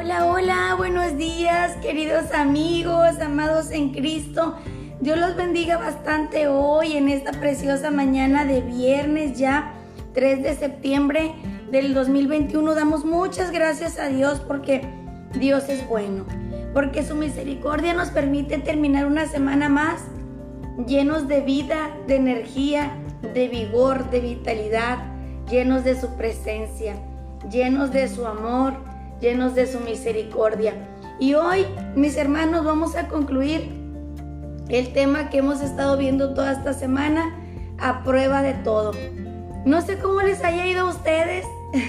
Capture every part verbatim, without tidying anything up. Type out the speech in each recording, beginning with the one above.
Hola, hola, buenos días, queridos amigos, amados en Cristo. Dios los bendiga bastante hoy en esta preciosa mañana de viernes ya, tres de septiembre del dos mil veintiuno. Damos muchas gracias a Dios porque Dios es bueno, porque su misericordia nos permite terminar una semana más llenos de vida, de energía, de vigor, de vitalidad, llenos de su presencia, llenos de su amor, llenos de su misericordia. Y hoy, mis hermanos, vamos a concluir el tema que hemos estado viendo toda esta semana, a prueba de todo. No sé cómo les haya ido a ustedes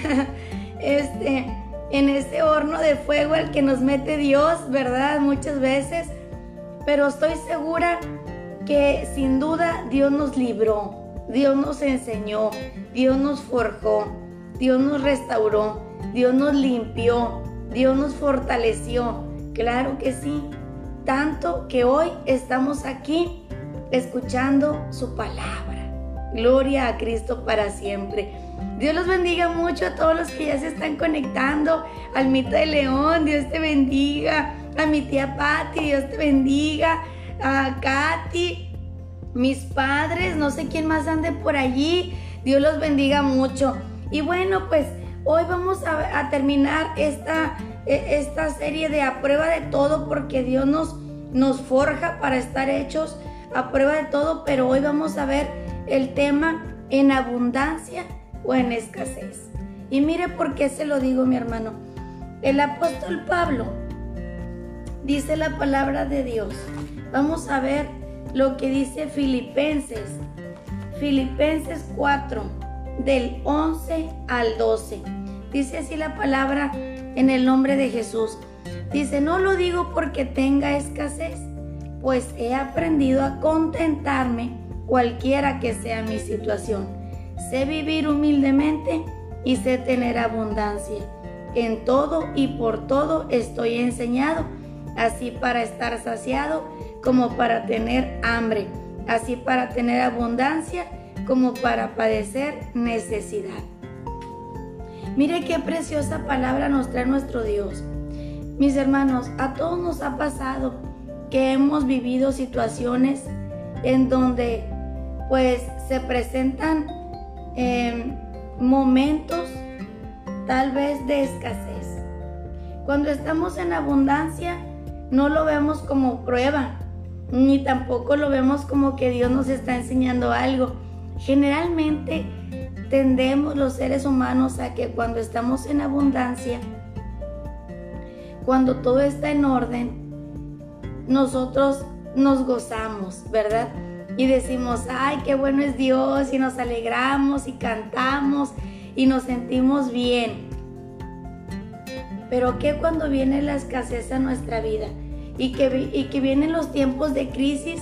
este, en ese horno de fuego al que nos mete Dios, ¿verdad? Muchas veces, pero estoy segura que sin duda Dios nos libró, Dios nos enseñó, Dios nos forjó, Dios nos restauró, Dios nos limpió, Dios nos fortaleció. Claro que sí, tanto que hoy estamos aquí escuchando su palabra. Gloria a Cristo para siempre. Dios los bendiga mucho a todos los que ya se están conectando. Almita de León, Dios te bendiga. A mi tía Patti, Dios te bendiga. A Katy, mis padres, no sé quién más ande por allí. Dios los bendiga mucho. Y bueno, pues hoy vamos a, a terminar esta, esta serie de a prueba de todo, porque Dios nos, nos forja para estar hechos a prueba de todo, pero hoy vamos a ver el tema en abundancia o en escasez. Y mire por qué se lo digo, mi hermano. El apóstol Pablo dice la palabra de Dios. Vamos a ver lo que dice Filipenses, Filipenses cuatro, del once al doce. Dice así la palabra en el nombre de Jesús. Dice: no lo digo porque tenga escasez, pues he aprendido a contentarme cualquiera que sea mi situación. Sé vivir humildemente y sé tener abundancia. En todo y por todo estoy enseñado, así para estar saciado como para tener hambre, así para tener abundancia como para padecer necesidad. Mire qué preciosa palabra nos trae nuestro Dios. Mis hermanos, a todos nos ha pasado que hemos vivido situaciones en donde pues se presentan eh, momentos tal vez de escasez. Cuando estamos en abundancia no lo vemos como prueba, ni tampoco lo vemos como que Dios nos está enseñando algo. Generalmente tendemos los seres humanos a que cuando estamos en abundancia, cuando todo está en orden, nosotros nos gozamos, ¿verdad? Y decimos: ay, qué bueno es Dios, y nos alegramos y cantamos y nos sentimos bien. Pero ¿qué cuando viene la escasez a nuestra vida? Y que, y que vienen los tiempos de crisis,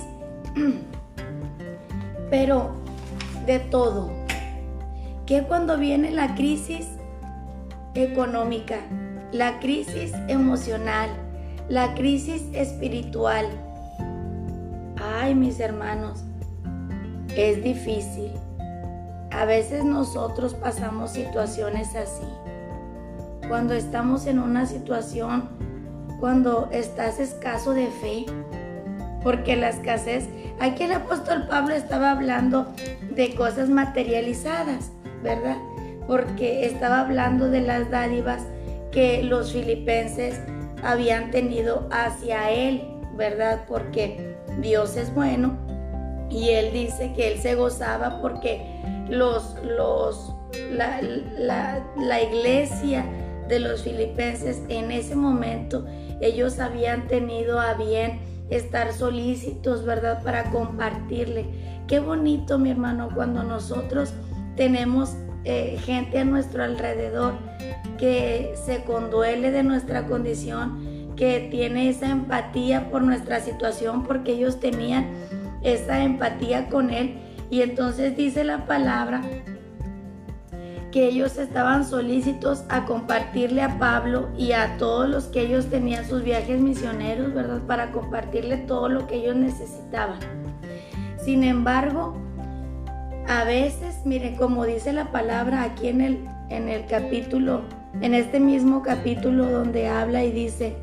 pero de todo. ¿Qué cuando viene la crisis económica, la crisis emocional, la crisis espiritual? Ay, mis hermanos, es difícil. A veces nosotros pasamos situaciones así. Cuando estamos en una situación, cuando estás escaso de fe, porque la escasez, aquí el apóstol Pablo estaba hablando de cosas materializadas, ¿verdad? Porque estaba hablando de las dádivas que los filipenses habían tenido hacia él, ¿verdad? Porque Dios es bueno y él dice que él se gozaba porque los, los, la, la, la iglesia de los filipenses en ese momento, ellos habían tenido a bien estar solícitos, ¿verdad? Para compartirle. Qué bonito, mi hermano, cuando nosotros tenemos eh, gente a nuestro alrededor que se conduele de nuestra condición, que tiene esa empatía por nuestra situación, porque ellos tenían esa empatía con él. Y entonces dice la palabra que ellos estaban solícitos a compartirle a Pablo y a todos los que ellos tenían sus viajes misioneros, ¿verdad? Para compartirle todo lo que ellos necesitaban. Sin embargo, a veces, miren, como dice la palabra aquí en el, en el capítulo en este mismo capítulo donde habla y dice: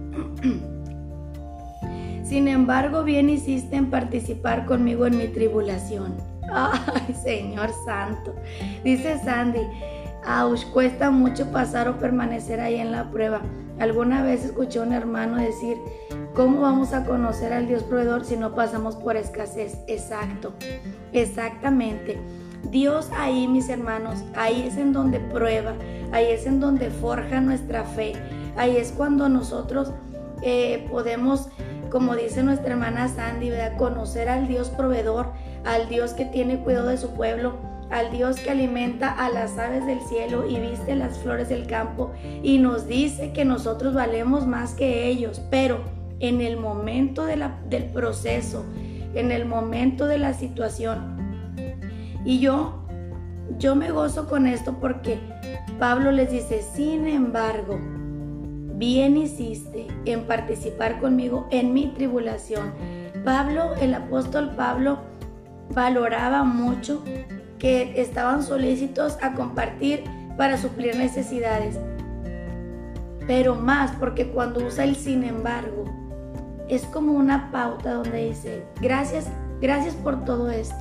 sin embargo, bien hiciste en participar conmigo en mi tribulación. Ay, Señor Santo. Dice Sandy: Auch, cuesta mucho pasar o permanecer ahí en la prueba. Alguna vez escuché a un hermano decir: ¿cómo vamos a conocer al Dios proveedor si no pasamos por escasez? Exacto, exactamente. Dios ahí, mis hermanos, ahí es en donde prueba, ahí es en donde forja nuestra fe. Ahí es cuando nosotros eh, podemos, como dice nuestra hermana Sandy, ¿verdad?, conocer al Dios proveedor, al Dios que tiene cuidado de su pueblo, al Dios que alimenta a las aves del cielo y viste las flores del campo, y nos dice que nosotros valemos más que ellos. Pero en el momento de la, del proceso, en el momento de la situación, y yo, yo me gozo con esto porque Pablo les dice: sin embargo, bien hiciste en participar conmigo en mi tribulación. Pablo, el apóstol Pablo, valoraba mucho que estaban solícitos a compartir para suplir necesidades, pero más porque cuando usa el sin embargo, es como una pauta donde dice: gracias, gracias por todo esto,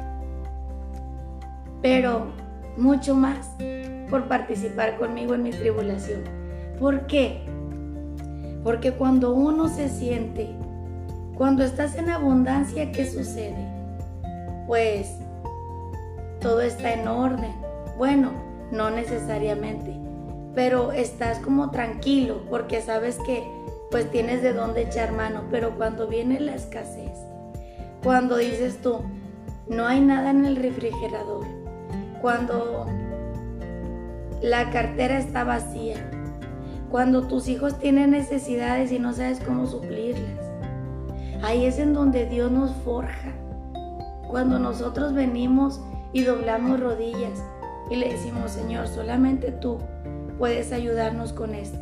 pero mucho más por participar conmigo en mi tribulación. ¿Por qué? Porque cuando uno se siente, cuando estás en abundancia, ¿qué sucede? Pues todo está en orden. Bueno, no necesariamente, pero estás como tranquilo porque sabes que pues tienes de dónde echar mano. Pero cuando viene la escasez, cuando dices tú: no hay nada en el refrigerador, cuando la cartera está vacía, cuando tus hijos tienen necesidades y no sabes cómo suplirlas, ahí es en donde Dios nos forja. Cuando nosotros venimos y doblamos rodillas y le decimos: Señor, solamente tú puedes ayudarnos con esto.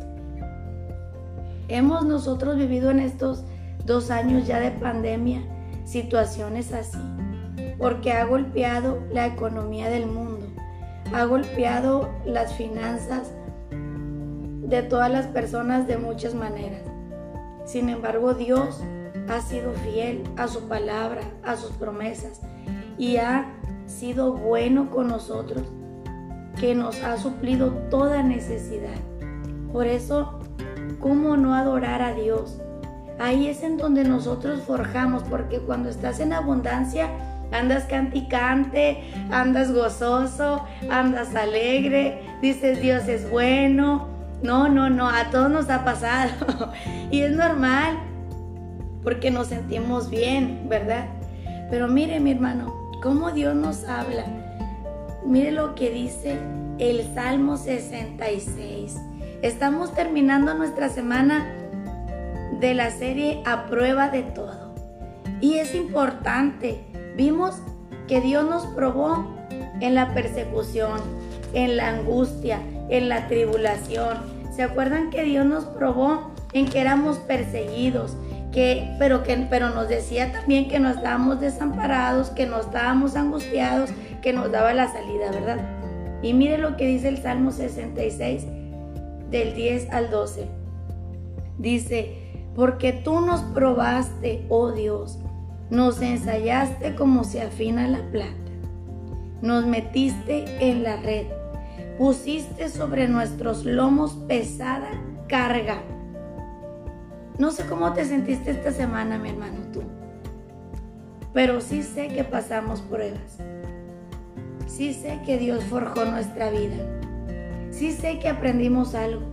Hemos nosotros vivido en estos dos años ya de pandemia situaciones así, porque ha golpeado la economía del mundo, ha golpeado las finanzas de todas las personas de muchas maneras. Sin embargo, Dios ha sido fiel a su palabra, a sus promesas, y ha sido bueno con nosotros, que nos ha suplido toda necesidad. Por eso, ¿cómo no adorar a Dios? Ahí es en donde nosotros forjamos, porque cuando estás en abundancia, andas canticante, andas gozoso, andas alegre, dices: Dios es bueno. No, no, no, a todos nos ha pasado y es normal porque nos sentimos bien, ¿verdad? Pero mire, mi hermano, cómo Dios nos habla. Mire lo que dice el Salmo sesenta y seis. Estamos terminando nuestra semana de la serie A Prueba de Todo, y es importante. Vimos que Dios nos probó en la persecución, en la angustia, en la tribulación. ¿Se acuerdan que Dios nos probó en que éramos perseguidos? Que, pero, que, pero nos decía también que no estábamos desamparados, que no estábamos angustiados, que nos daba la salida, ¿verdad? Y mire lo que dice el Salmo sesenta y seis, del diez al doce. Dice: porque tú nos probaste, oh Dios, nos ensayaste como se afina la plata, nos metiste en la red, pusiste sobre nuestros lomos pesada carga. No sé cómo te sentiste esta semana, mi hermano, tú, pero sí sé que pasamos pruebas. Sí sé que Dios forjó nuestra vida. Sí sé que aprendimos algo.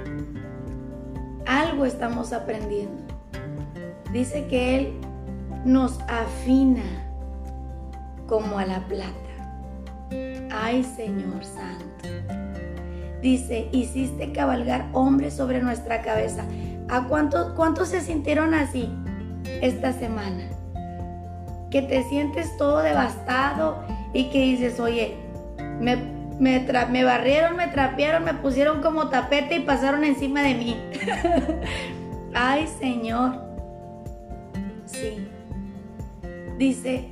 Algo estamos aprendiendo. Dice que Él nos afina como a la plata. Ay, Señor Santo. Dice: hiciste cabalgar hombres sobre nuestra cabeza. ¿A cuántos, cuántos se sintieron así esta semana? Que te sientes todo devastado y que dices: oye, me, me, tra- me barrieron, me trapearon, me pusieron como tapete y pasaron encima de mí. Ay, Señor. Sí. Dice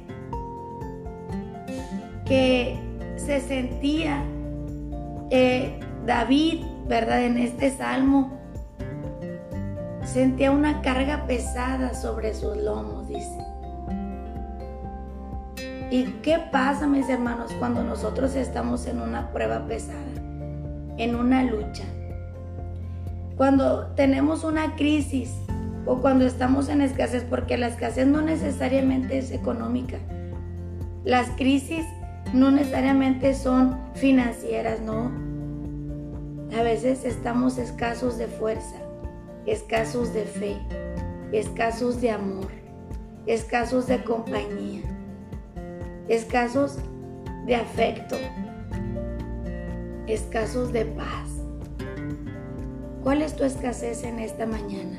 que se sentía eh, David ¿verdad? En este salmo, sentía una carga pesada sobre sus lomos, dice. ¿Y qué pasa, mis hermanos, cuando nosotros estamos en una prueba pesada, en una lucha? Cuando tenemos una crisis o cuando estamos en escasez, porque la escasez no necesariamente es económica. Las crisis no necesariamente son financieras, no. A veces estamos escasos de fuerza, escasos de fe, escasos de amor, escasos de compañía, escasos de afecto, escasos de paz. ¿Cuál es tu escasez en esta mañana?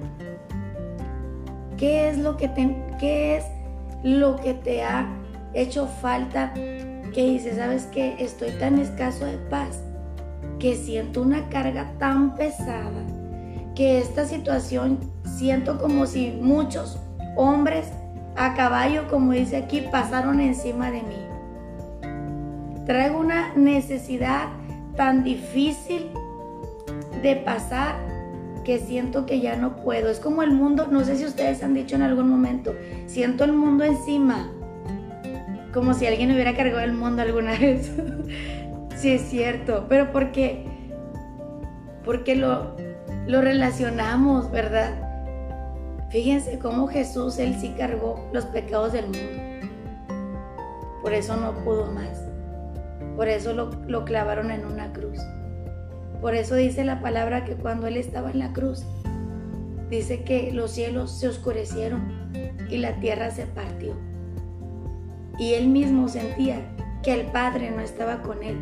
¿Qué es lo que te, qué es lo que te ha hecho falta? Que dices, ¿sabes qué? Estoy tan escaso de paz que siento una carga tan pesada, que esta situación siento como si muchos hombres a caballo, como dice aquí, pasaron encima de mí. Traigo una necesidad tan difícil de pasar que siento que ya no puedo. Es como el mundo, no sé si ustedes han dicho en algún momento, siento el mundo encima, como si alguien hubiera cargado el mundo alguna vez. Sí, es cierto, pero porque porque lo, lo relacionamos, ¿verdad? Fíjense cómo Jesús, Él sí cargó los pecados del mundo. Por eso no pudo más. Por eso lo, lo clavaron en una cruz. Por eso dice la palabra que cuando Él estaba en la cruz, dice que los cielos se oscurecieron y la tierra se partió. Y Él mismo sentía que el Padre no estaba con Él.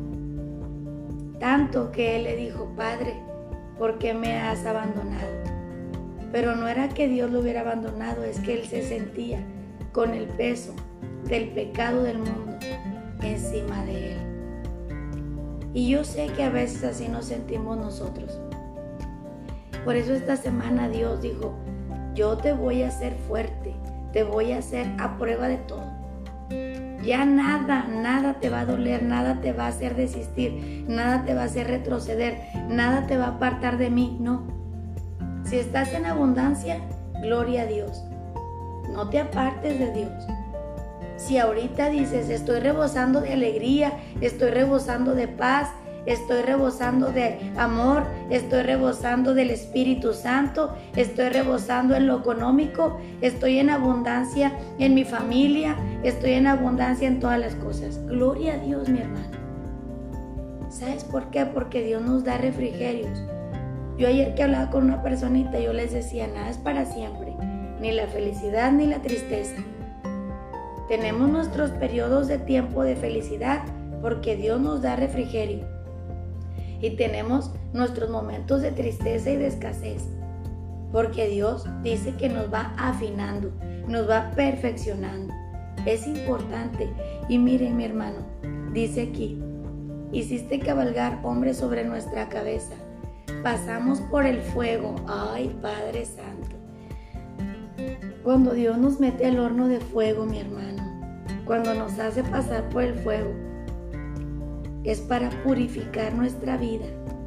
Tanto que Él le dijo, Padre, ¿por qué me has abandonado? Pero no era que Dios lo hubiera abandonado, es que Él se sentía con el peso del pecado del mundo encima de Él. Y yo sé que a veces así nos sentimos nosotros. Por eso esta semana Dios dijo, yo te voy a hacer fuerte, te voy a hacer a prueba de todo. Ya nada, nada te va a doler, nada te va a hacer desistir, nada te va a hacer retroceder, nada te va a apartar de mí, no. Si estás en abundancia, gloria a Dios. No te apartes de Dios. Si ahorita dices, estoy rebosando de alegría, estoy rebosando de paz, estoy rebosando de amor, estoy rebosando del Espíritu Santo, estoy rebosando en lo económico, estoy en abundancia en mi familia, estoy en abundancia en todas las cosas. Gloria a Dios, mi hermano. ¿Sabes por qué? Porque Dios nos da refrigerios. Yo ayer que hablaba con una personita, yo les decía, nada es para siempre, ni la felicidad ni la tristeza. Tenemos nuestros periodos de tiempo de felicidad porque Dios nos da refrigerio. Y tenemos nuestros momentos de tristeza y de escasez, porque Dios dice que nos va afinando, nos va perfeccionando. Es importante. Y miren, mi hermano, dice aquí, hiciste cabalgar hombres sobre nuestra cabeza. Pasamos por el fuego. Ay, Padre Santo. Cuando Dios nos mete al horno de fuego, mi hermano, cuando nos hace pasar por el fuego, es para purificar nuestra vida.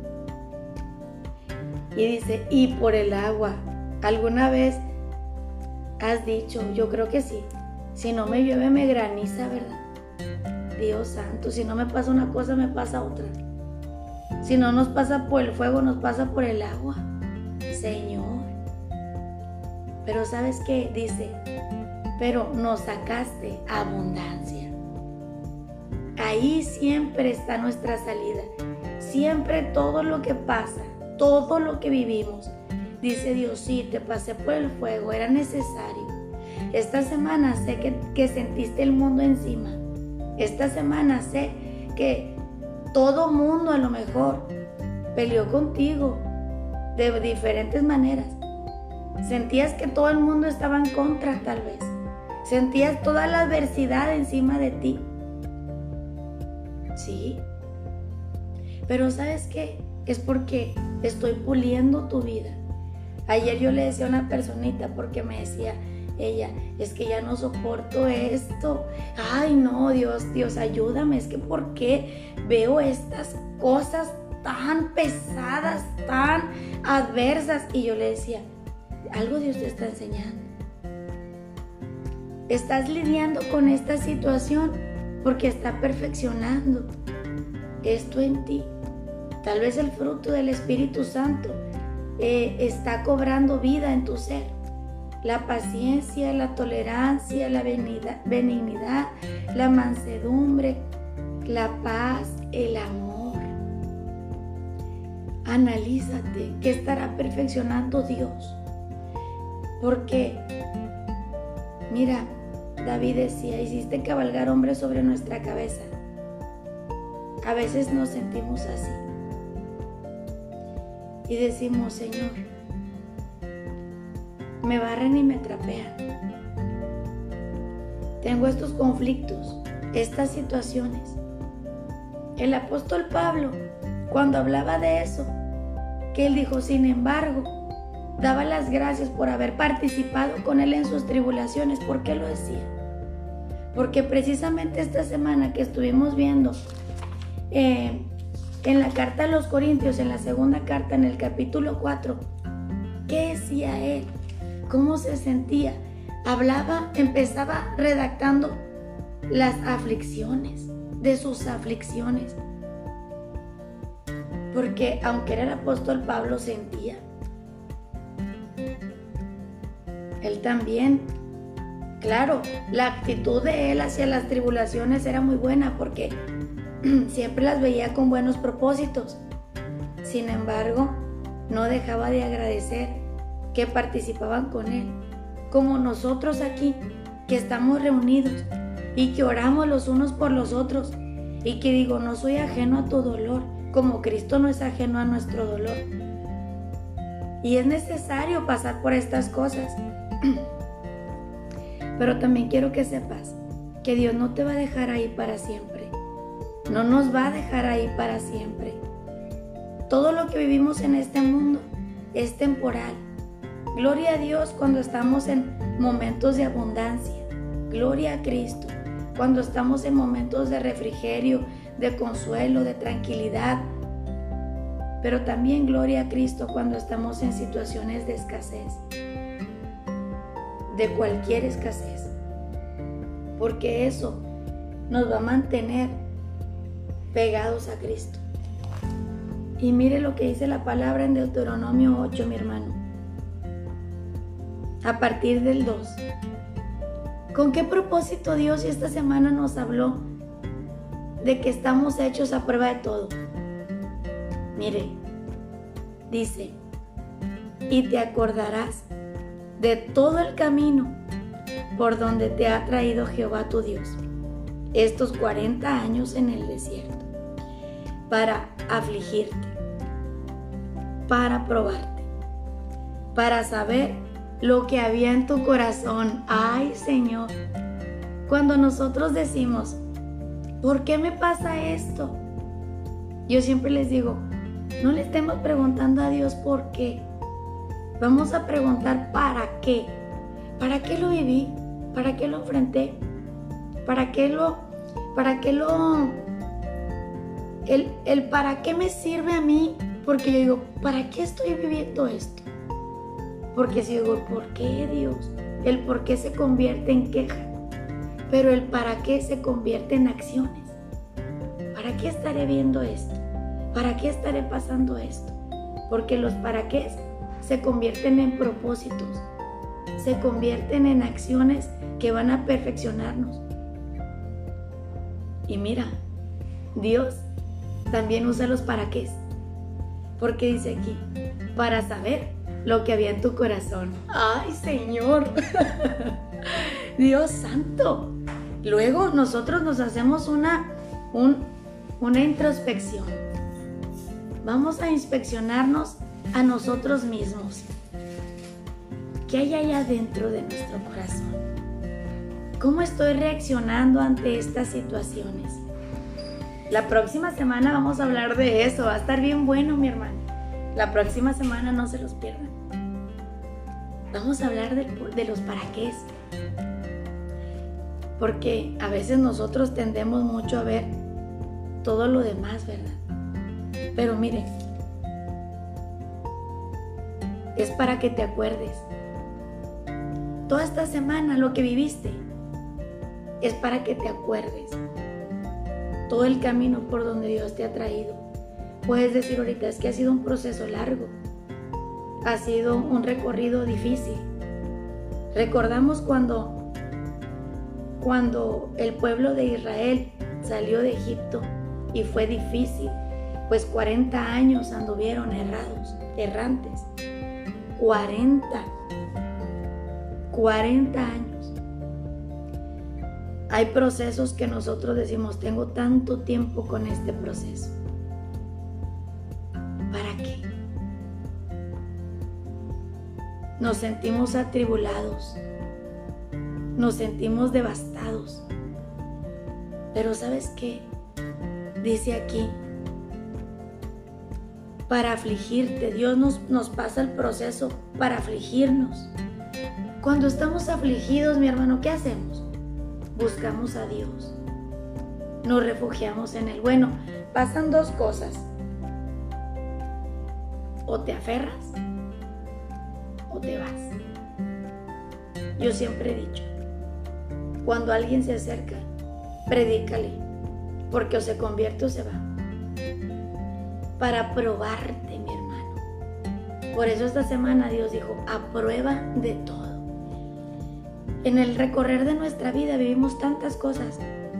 Y dice, y por el agua. ¿Alguna vez has dicho? Yo creo que sí. Si no me llueve, me graniza, ¿verdad? Dios santo, si no me pasa una cosa, me pasa otra. Si no nos pasa por el fuego, nos pasa por el agua. Señor. Pero ¿sabes qué? Dice, pero nos sacaste abundancia. Ahí siempre está nuestra salida. Siempre todo lo que pasa, todo lo que vivimos, dice Dios, sí, te pasé por el fuego, era necesario. Esta semana sé que, que sentiste el mundo encima. Esta semana sé que todo mundo a lo mejor peleó contigo de diferentes maneras. Sentías que todo el mundo estaba en contra, tal vez. Sentías toda la adversidad encima de ti. Sí. Pero ¿sabes qué? Es porque estoy puliendo tu vida. Ayer yo le decía a una personita, porque me decía ella, es que ya no soporto esto. Ay, no, Dios, Dios, ayúdame. Es que ¿por qué veo estas cosas tan pesadas, tan adversas. Y yo le decía, algo Dios te está enseñando. Estás lidiando con esta situación porque está perfeccionando esto en ti. Tal vez el fruto del Espíritu Santo eh, está cobrando vida en tu ser. La paciencia, la tolerancia, la benignidad, benignidad, la mansedumbre, la paz, el amor. Analízate qué estará perfeccionando Dios. Porque, mira, David decía, hiciste cabalgar hombres sobre nuestra cabeza. A veces nos sentimos así. Y decimos, Señor, me barren y me trapean. Tengo estos conflictos, estas situaciones. El apóstol Pablo, cuando hablaba de eso, que él dijo, sin embargo, daba las gracias por haber participado con él en sus tribulaciones. ¿Por qué lo decía? Porque precisamente esta semana que estuvimos viendo eh, en la carta a los Corintios, en la segunda carta, en el capítulo cuatro, ¿qué decía él? ¿Cómo se sentía? Hablaba, empezaba redactando las aflicciones, de sus aflicciones. Porque aunque era el apóstol Pablo, sentía. Él también, claro, la actitud de él hacia las tribulaciones era muy buena porque siempre las veía con buenos propósitos. Sin embargo, no dejaba de agradecer que participaban con él, como nosotros aquí, que estamos reunidos y que oramos los unos por los otros, y que digo, no soy ajeno a tu dolor, como Cristo no es ajeno a nuestro dolor. Y es necesario pasar por estas cosas. Pero también quiero que sepas que Dios no te va a dejar ahí para siempre. No nos va a dejar ahí para siempre. Todo lo que vivimos en este mundo es temporal. Gloria a Dios cuando estamos en momentos de abundancia. Gloria a Cristo cuando estamos en momentos de refrigerio, de consuelo, de tranquilidad. Pero también gloria a Cristo cuando estamos en situaciones de escasez. De cualquier escasez. Porque eso nos va a mantener pegados a Cristo. Y mire lo que dice la palabra en Deuteronomio ocho, mi hermano. A partir del dos. ¿Con qué propósito Dios esta semana nos habló de que estamos hechos a prueba de todo? Mire, dice, y te acordarás de todo el camino por donde te ha traído Jehová tu Dios estos cuarenta años en el desierto, para afligirte, para probarte, para saber lo que había en tu corazón. Ay, Señor, cuando nosotros decimos, ¿por qué me pasa esto? Yo siempre les digo, no le estemos preguntando a Dios por qué. Vamos a preguntar para qué. ¿Para qué lo viví? ¿Para qué lo enfrenté? ¿Para qué lo, para qué lo, el, el para qué me sirve a mí? Porque yo digo, ¿para qué estoy viviendo esto? Porque si digo, ¿por qué, Dios? El por qué se convierte en queja, pero el para qué se convierte en acciones. ¿Para qué estaré viendo esto? ¿Para qué estaré pasando esto? Porque los para qué se convierten en propósitos, se convierten en acciones que van a perfeccionarnos. Y mira, Dios también usa los para qué, porque dice aquí, para saber lo que había en tu corazón. ¡Ay, Señor! Dios santo. Luego nosotros nos hacemos una, un, una introspección. Vamos a inspeccionarnos a nosotros mismos. ¿Qué hay allá dentro de nuestro corazón? ¿Cómo estoy reaccionando ante estas situaciones? La próxima semana vamos a hablar de eso. Va a estar bien bueno, mi hermano. La próxima semana no se los pierdan. Vamos a hablar de, de los para qué. Porque a veces nosotros tendemos mucho a ver todo lo demás, ¿verdad? Pero mire, es para que te acuerdes. Toda esta semana lo que viviste es para que te acuerdes. Todo el camino por donde Dios te ha traído. Puedes decir ahorita, es que ha sido un proceso largo. Ha sido un recorrido difícil. Recordamos cuando, cuando el pueblo de Israel salió de Egipto y fue difícil, pues cuarenta años anduvieron errados, errantes. cuarenta, cuarenta años. Hay procesos que nosotros decimos, tengo tanto tiempo con este proceso. ¿Para qué? Nos sentimos atribulados, nos sentimos devastados. Pero ¿sabes qué? Dice aquí, para afligirte. Dios nos, nos pasa el proceso para afligirnos. Cuando estamos afligidos, mi hermano, ¿qué hacemos? Buscamos a Dios. Nos refugiamos en Él. Bueno, pasan dos cosas. O te aferras o te vas. Yo siempre he dicho, cuando alguien se acerca, predícale, porque o se convierte o se va. Para probarte, mi hermano. Por eso esta semana Dios dijo, a prueba de todo. En el recorrer de nuestra vida vivimos tantas cosas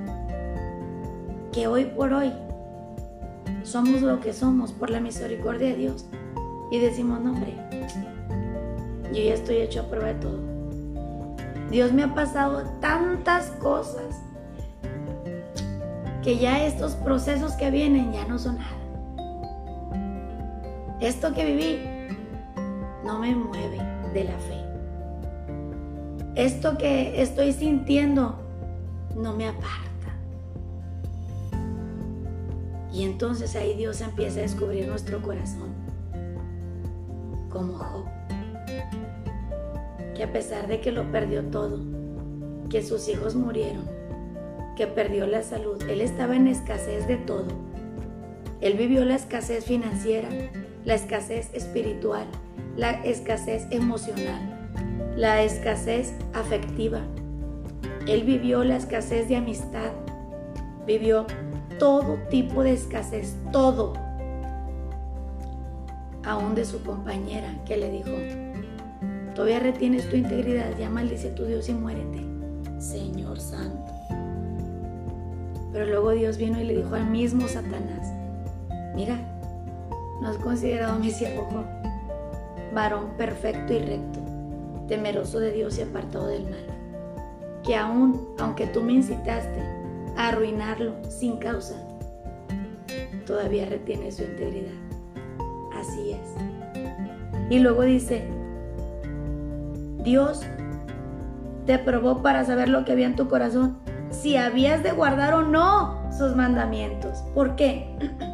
que hoy por hoy somos lo que somos por la misericordia de Dios. Y decimos, no, hombre, yo ya estoy hecho a prueba de todo. Dios me ha pasado tantas cosas que ya estos procesos que vienen ya no son nada. Esto que viví no me mueve de la fe. Esto que estoy sintiendo no me aparta. Y entonces ahí Dios empieza a descubrir nuestro corazón. Como Job, que a pesar de que lo perdió todo, que sus hijos murieron, que perdió la salud, él estaba en escasez de todo. Él vivió la escasez financiera, la escasez espiritual, la escasez emocional, la escasez afectiva. Él vivió la escasez de amistad, vivió todo tipo de escasez, todo. Aún de su compañera que le dijo, todavía retienes tu integridad, ya maldice a tu Dios y muérete, Señor Santo. Pero luego Dios vino y le dijo al mismo Satanás, mira, ¿no has considerado a mi siervo Job, varón perfecto y recto, temeroso de Dios y apartado del mal? Que aún, aunque tú me incitaste a arruinarlo sin causa, todavía retiene su integridad. Así es. Y luego dice, Dios te probó para saber lo que había en tu corazón, si habías de guardar o no sus mandamientos. ¿Por qué?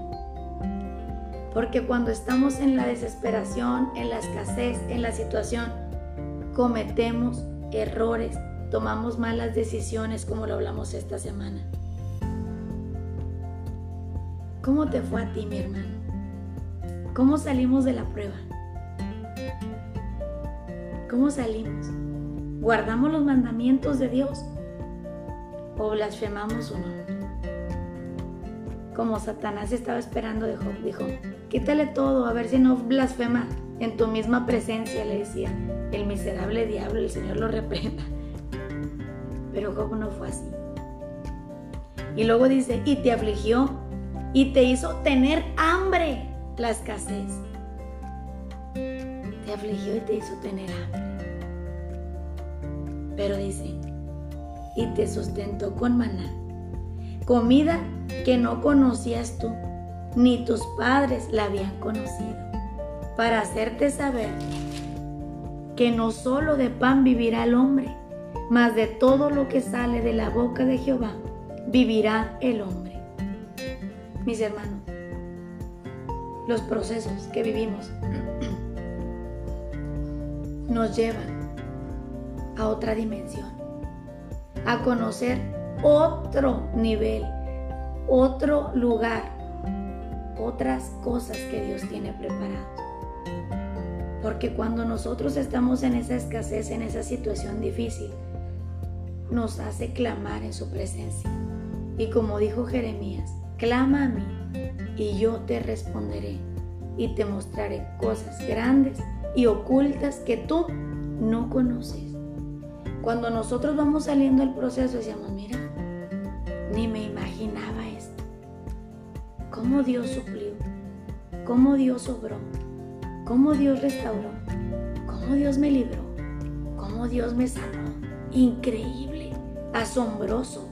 Porque cuando estamos en la desesperación, en la escasez, en la situación, cometemos errores, tomamos malas decisiones, como lo hablamos esta semana. ¿Cómo te fue a ti, mi hermano? ¿Cómo salimos de la prueba? ¿Cómo salimos? ¿Guardamos los mandamientos de Dios o blasfemamos su nombre? Como Satanás estaba esperando de Job, dijo, quítale todo, a ver si no blasfema en tu misma presencia, le decía, el miserable diablo, el Señor lo reprenda. Pero Job no fue así. Y luego dice, y te afligió, y te hizo tener hambre, la escasez. Te afligió y te hizo tener hambre. Pero dice, y te sustentó con maná, comida que no conocías tú, ni tus padres la habían conocido, para hacerte saber que no solo de pan vivirá el hombre, mas de todo lo que sale de la boca de Jehová vivirá el hombre. Mis hermanos, los procesos que vivimos nos llevan a otra dimensión, a conocer otro nivel, otro lugar, otras cosas que Dios tiene preparadas. Porque cuando nosotros estamos en esa escasez, en esa situación difícil, nos hace clamar en su presencia. Y como dijo Jeremías, clama a mí y yo te responderé y te mostraré cosas grandes y ocultas que tú no conoces. Cuando nosotros vamos saliendo del proceso, decíamos, mira, ni me imaginaba esto. Cómo Dios suplió, cómo Dios obró, cómo Dios restauró, cómo Dios me libró, cómo Dios me sanó. Increíble, asombroso.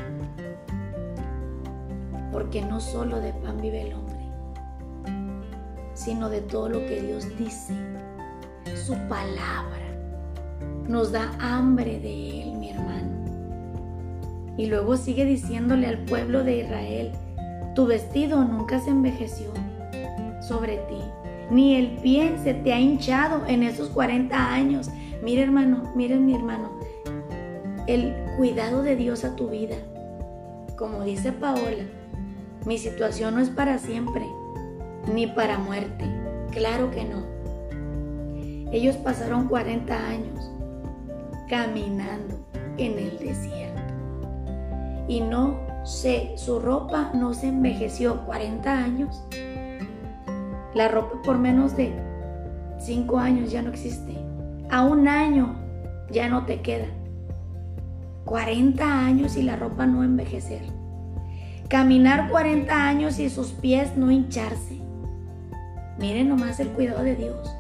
Porque no solo de pan vive el hombre, sino de todo lo que Dios dice. Su palabra nos da hambre de Él, mi hermano. Y luego sigue diciéndole al pueblo de Israel, tu vestido nunca se envejeció sobre ti, ni el pie se te ha hinchado en esos cuarenta años. Mira, hermano, miren mi hermano, el cuidado de Dios a tu vida. Como dice Paola, mi situación no es para siempre, ni para muerte. Claro que no. Ellos pasaron cuarenta años caminando en el desierto. Y no sé, su ropa no se envejeció. cuarenta años. La ropa por menos de cinco años ya no existe. A un año ya no te queda. cuarenta años y la ropa no envejecer. Caminar cuarenta años y sus pies no hincharse. Miren nomás el cuidado de Dios.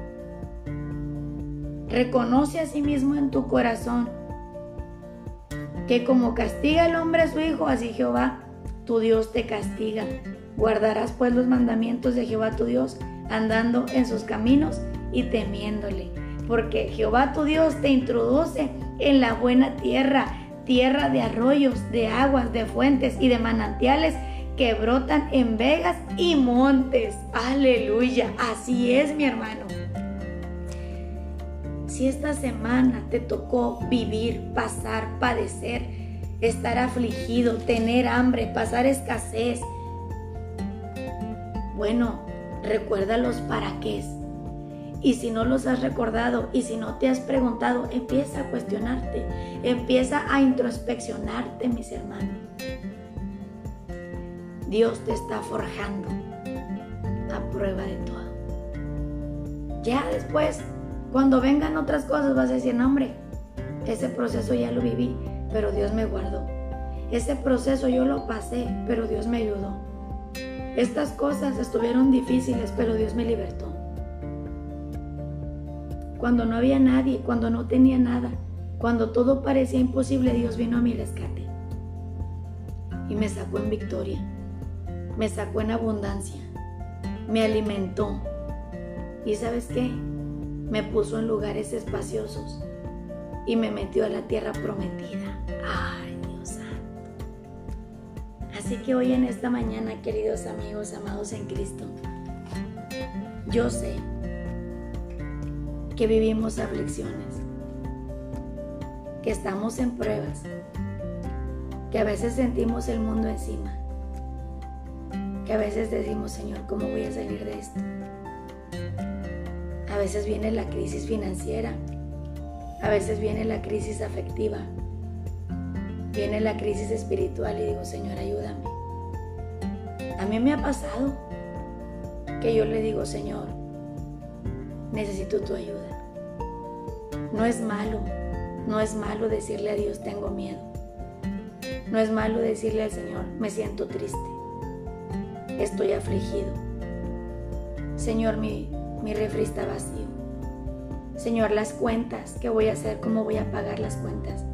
Reconoce a sí mismo en tu corazón que como castiga el hombre a su hijo, así Jehová tu Dios te castiga. Guardarás pues los mandamientos de Jehová tu Dios, andando en sus caminos y temiéndole. Porque Jehová tu Dios te introduce en la buena tierra, tierra de arroyos, de aguas, de fuentes y de manantiales que brotan en vegas y montes. Aleluya, así es, mi hermano. Si esta semana te tocó vivir, pasar, padecer, estar afligido, tener hambre, pasar escasez, bueno, recuerda los para qué. Y si no los has recordado y si no te has preguntado, empieza a cuestionarte, empieza a introspeccionarte, mis hermanos. Dios te está forjando a prueba de todo. Ya después, cuando vengan otras cosas, vas a decir, no, hombre, ese proceso ya lo viví, pero Dios me guardó. Ese proceso yo lo pasé, pero Dios me ayudó. Estas cosas estuvieron difíciles, pero Dios me libertó. Cuando no había nadie, cuando no tenía nada, cuando todo parecía imposible, Dios vino a mi rescate y me sacó en victoria, me sacó en abundancia, me alimentó y ¿sabes qué? Me puso en lugares espaciosos y me metió a la tierra prometida. Ay, Dios santo. Así que hoy en esta mañana, queridos amigos, amados en Cristo, yo sé que vivimos aflicciones, que estamos en pruebas, que a veces sentimos el mundo encima, que a veces decimos, Señor, ¿cómo voy a salir de esto? A veces viene la crisis financiera, a veces viene la crisis afectiva, viene la crisis espiritual y digo, Señor, ayúdame. A mí me ha pasado que yo le digo, Señor, necesito tu ayuda. No es malo, no es malo decirle a Dios, tengo miedo. No es malo decirle al Señor, me siento triste, estoy afligido. Señor, mi, mi refri está vacío. Señor, las cuentas, ¿qué voy a hacer? ¿Cómo voy a pagar las cuentas?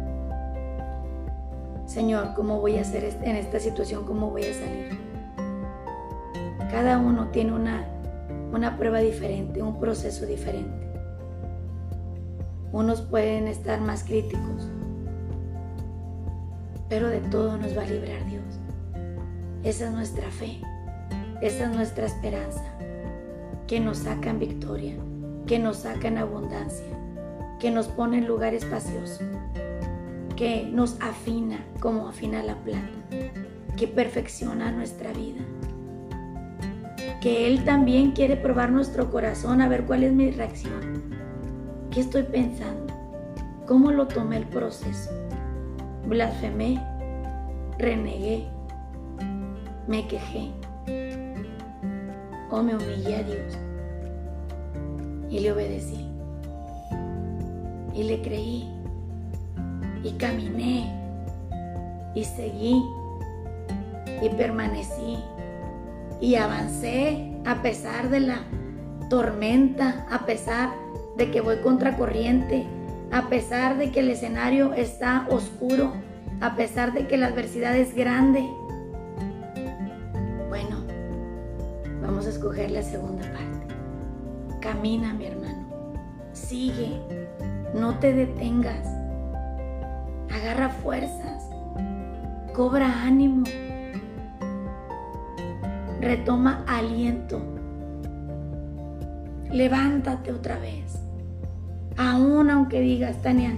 Señor, ¿cómo voy a hacer en esta situación? ¿Cómo voy a salir? Cada uno tiene una, una prueba diferente, un proceso diferente. Unos pueden estar más críticos, pero de todo nos va a librar Dios. Esa es nuestra fe, esa es nuestra esperanza, que nos saca en victoria, que nos saca en abundancia, que nos pone en lugar espacioso, que nos afina como afina la plata, que perfecciona nuestra vida. que Él también quiere probar nuestro corazón, a ver cuál es mi reacción. ¿Qué estoy pensando? ¿Cómo lo tomé el proceso? ¿Blasfemé? ¿Renegué? ¿Me quejé? ¿O me humillé a Dios? Y le obedecí. Y le creí. Y caminé. Y seguí. Y permanecí. Y avancé a pesar de la tormenta, a pesar de que voy contracorriente, a pesar de que el escenario está oscuro, a pesar de que la adversidad es grande. Bueno, vamos a escoger la segunda parte. Camina, mi hermano. Sigue. No te detengas. Agarra fuerzas. Cobra ánimo. Retoma aliento. Levántate otra vez. Aún aunque digas, Tania,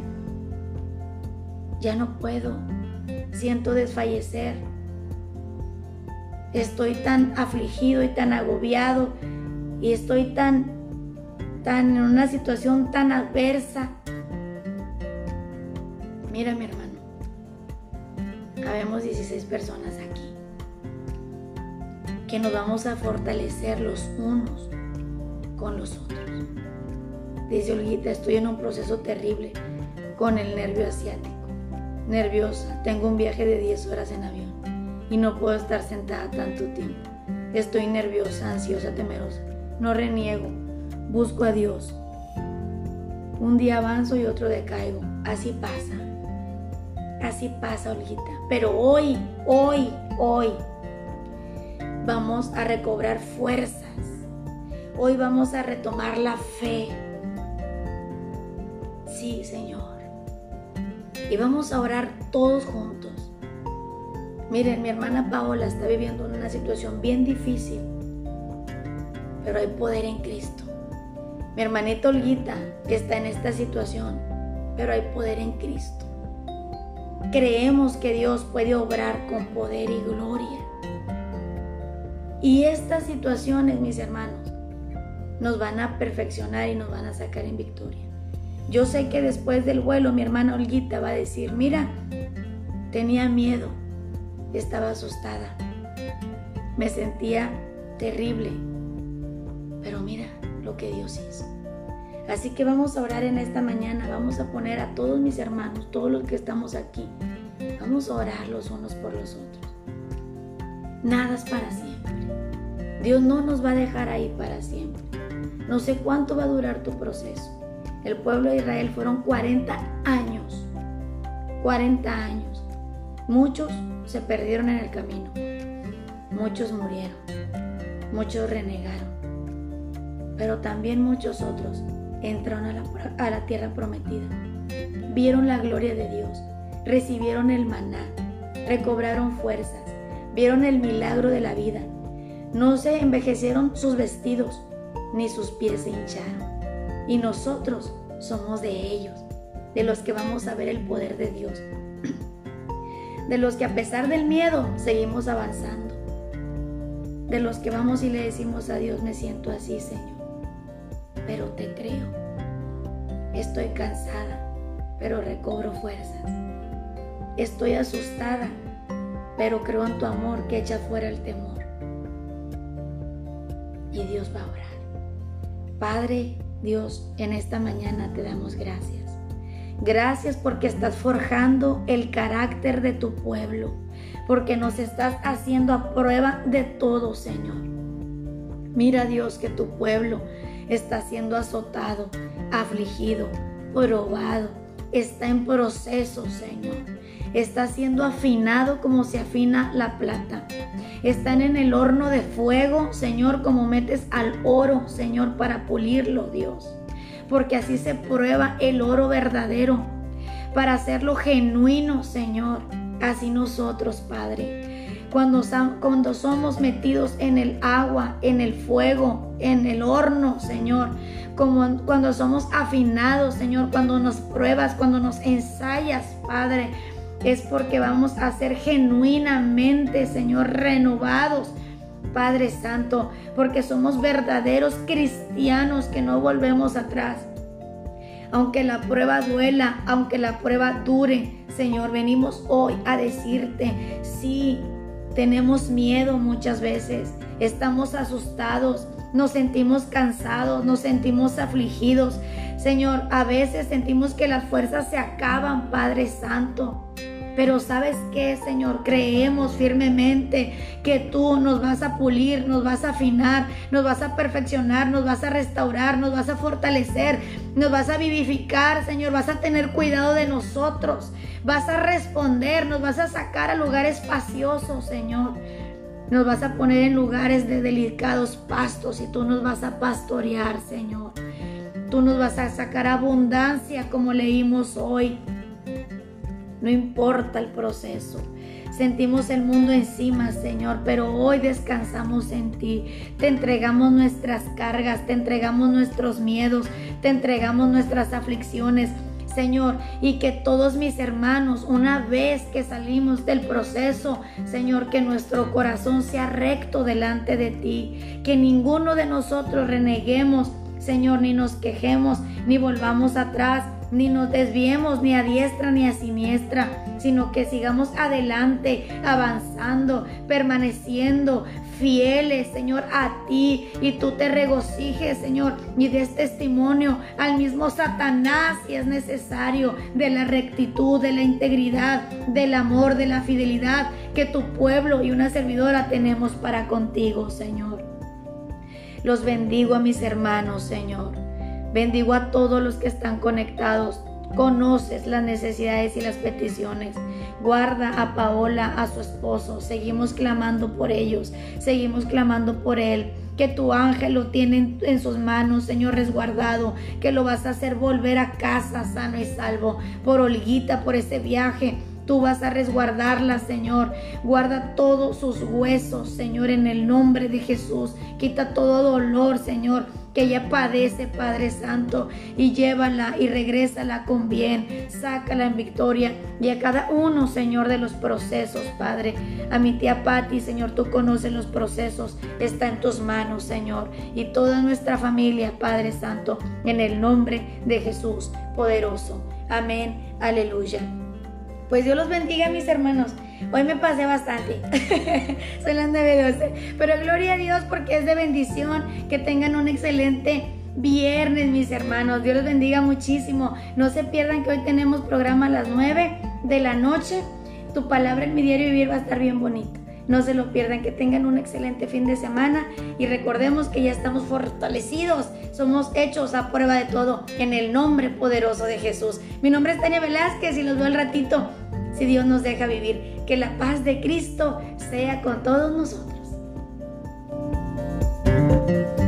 ya no puedo. Siento desfallecer. Estoy tan afligido y tan agobiado. Y estoy tan, tan en una situación tan adversa. Mira, mi hermano. Habemos dieciséis personas aquí que nos vamos a fortalecer los unos con los otros. Dice Olguita, estoy en un proceso terrible con el nervio asiático. Nerviosa, tengo un viaje de diez horas en avión y no puedo estar sentada tanto tiempo. Estoy nerviosa, ansiosa, temerosa. No reniego, busco a Dios. Un día avanzo y otro decaigo. Así pasa. Así pasa, Olguita. Pero hoy, hoy, hoy vamos a recobrar fuerzas. Hoy vamos a retomar la fe. Sí, Señor. Y vamos a orar todos juntos. Miren, mi hermana Paola está viviendo una situación bien difícil, pero hay poder en Cristo. Mi hermanita Olguita está en esta situación, pero hay poder en Cristo. Creemos que Dios puede obrar con poder y gloria. Y estas situaciones, mis hermanos, nos van a perfeccionar y nos van a sacar en victoria. Yo sé que después del vuelo mi hermana Olguita va a decir, mira, tenía miedo, estaba asustada, me sentía terrible, pero mira lo que Dios hizo. Así que vamos a orar en esta mañana, vamos a poner a todos mis hermanos, todos los que estamos aquí, vamos a orar los unos por los otros. Nada es para siempre. Dios no nos va a dejar ahí para siempre. No sé cuánto va a durar tu proceso. El pueblo de Israel fueron cuarenta años. cuarenta años. Muchos se perdieron en el camino. Muchos murieron. Muchos renegaron. Pero también muchos otros entraron a la, a la tierra prometida. Vieron la gloria de Dios. Recibieron el maná. Recobraron fuerzas. Vieron el milagro de la vida. No se envejecieron sus vestidos, ni sus pies se hincharon. Y nosotros somos de ellos, de los que vamos a ver el poder de Dios, de los que a pesar del miedo seguimos avanzando, de los que vamos y le decimos a Dios, me siento así, Señor, pero te creo. Estoy cansada, pero recobro fuerzas. Estoy asustada, pero creo en tu amor que echa fuera el temor. Y Dios va a orar. Padre Dios, en esta mañana te damos gracias. Gracias porque estás forjando el carácter de tu pueblo, porque nos estás haciendo a prueba de todo, Señor. Mira, Dios, que tu pueblo está siendo azotado, afligido, probado, está en proceso, Señor. Está siendo afinado como se afina la plata. Están en el horno de fuego, Señor, como metes al oro, Señor, para pulirlo, Dios. Porque así se prueba el oro verdadero, para hacerlo genuino, Señor. Así nosotros, Padre, cuando, cuando somos metidos en el agua, en el fuego, en el horno, Señor, como cuando somos afinados, Señor, cuando nos pruebas, cuando nos ensayas, Padre, es porque vamos a ser genuinamente, Señor, renovados Padre Santo, porque somos verdaderos cristianos que no volvemos atrás. Aunque la prueba duela, aunque la prueba dure, Señor, venimos hoy a decirte, sí, tenemos miedo muchas veces, estamos asustados, nos sentimos cansados, nos sentimos afligidos. Señor, a veces sentimos que las fuerzas se acaban, Padre Santo. Pero ¿sabes qué, Señor? Creemos firmemente que tú nos vas a pulir, nos vas a afinar, nos vas a perfeccionar, nos vas a restaurar, nos vas a fortalecer, nos vas a vivificar, Señor. Vas a tener cuidado de nosotros, vas a responder, nos vas a sacar a lugares espaciosos, Señor. Nos vas a poner en lugares de delicados pastos y tú nos vas a pastorear, Señor. Tú nos vas a sacar abundancia como leímos hoy. No importa el proceso. Sentimos el mundo encima, Señor, pero hoy descansamos en ti. Te entregamos nuestras cargas, te entregamos nuestros miedos, te entregamos nuestras aflicciones, Señor, y que todos mis hermanos, una vez que salimos del proceso, Señor, que nuestro corazón sea recto delante de ti, que ninguno de nosotros reneguemos, Señor, ni nos quejemos, ni volvamos atrás, ni nos desviemos ni a diestra ni a siniestra, sino que sigamos adelante, avanzando, permaneciendo fieles, Señor, a ti, y tú te regocijes, Señor, y des testimonio al mismo Satanás, si es necesario, de la rectitud, de la integridad, del amor, de la fidelidad que tu pueblo y una servidora tenemos para contigo, Señor. Los bendigo a mis hermanos, Señor. Bendigo a todos los que están conectados. Conoces las necesidades y las peticiones. Guarda a Paola, a su esposo. Seguimos clamando por ellos. Seguimos clamando por él. Que tu ángel lo tiene en, en sus manos, Señor, resguardado. Que lo vas a hacer volver a casa sano y salvo. Por Olguita, por ese viaje. Tú vas a resguardarla, Señor. Guarda todos sus huesos, Señor, en el nombre de Jesús. Quita todo dolor, Señor, que ella padece, Padre Santo, y llévala y regrésala con bien. Sácala en victoria. Y a cada uno, Señor, de los procesos, Padre. A mi tía Patti, Señor, tú conoces los procesos. Está en tus manos, Señor. Y toda nuestra familia, Padre Santo, en el nombre de Jesús poderoso. Amén. Aleluya. Pues Dios los bendiga, mis hermanos. Hoy me pasé bastante. Son las nueve doce. Pero gloria a Dios porque es de bendición. Que tengan un excelente viernes, mis hermanos. Dios los bendiga muchísimo. No se pierdan que hoy tenemos programa a las nueve de la noche. Tu palabra en mi diario vivir va a estar bien bonita. No se lo pierdan, que tengan un excelente fin de semana y recordemos que ya estamos fortalecidos, somos hechos a prueba de todo en el nombre poderoso de Jesús. Mi nombre es Tania Velázquez y los veo al ratito, si Dios nos deja vivir. Que la paz de Cristo sea con todos nosotros.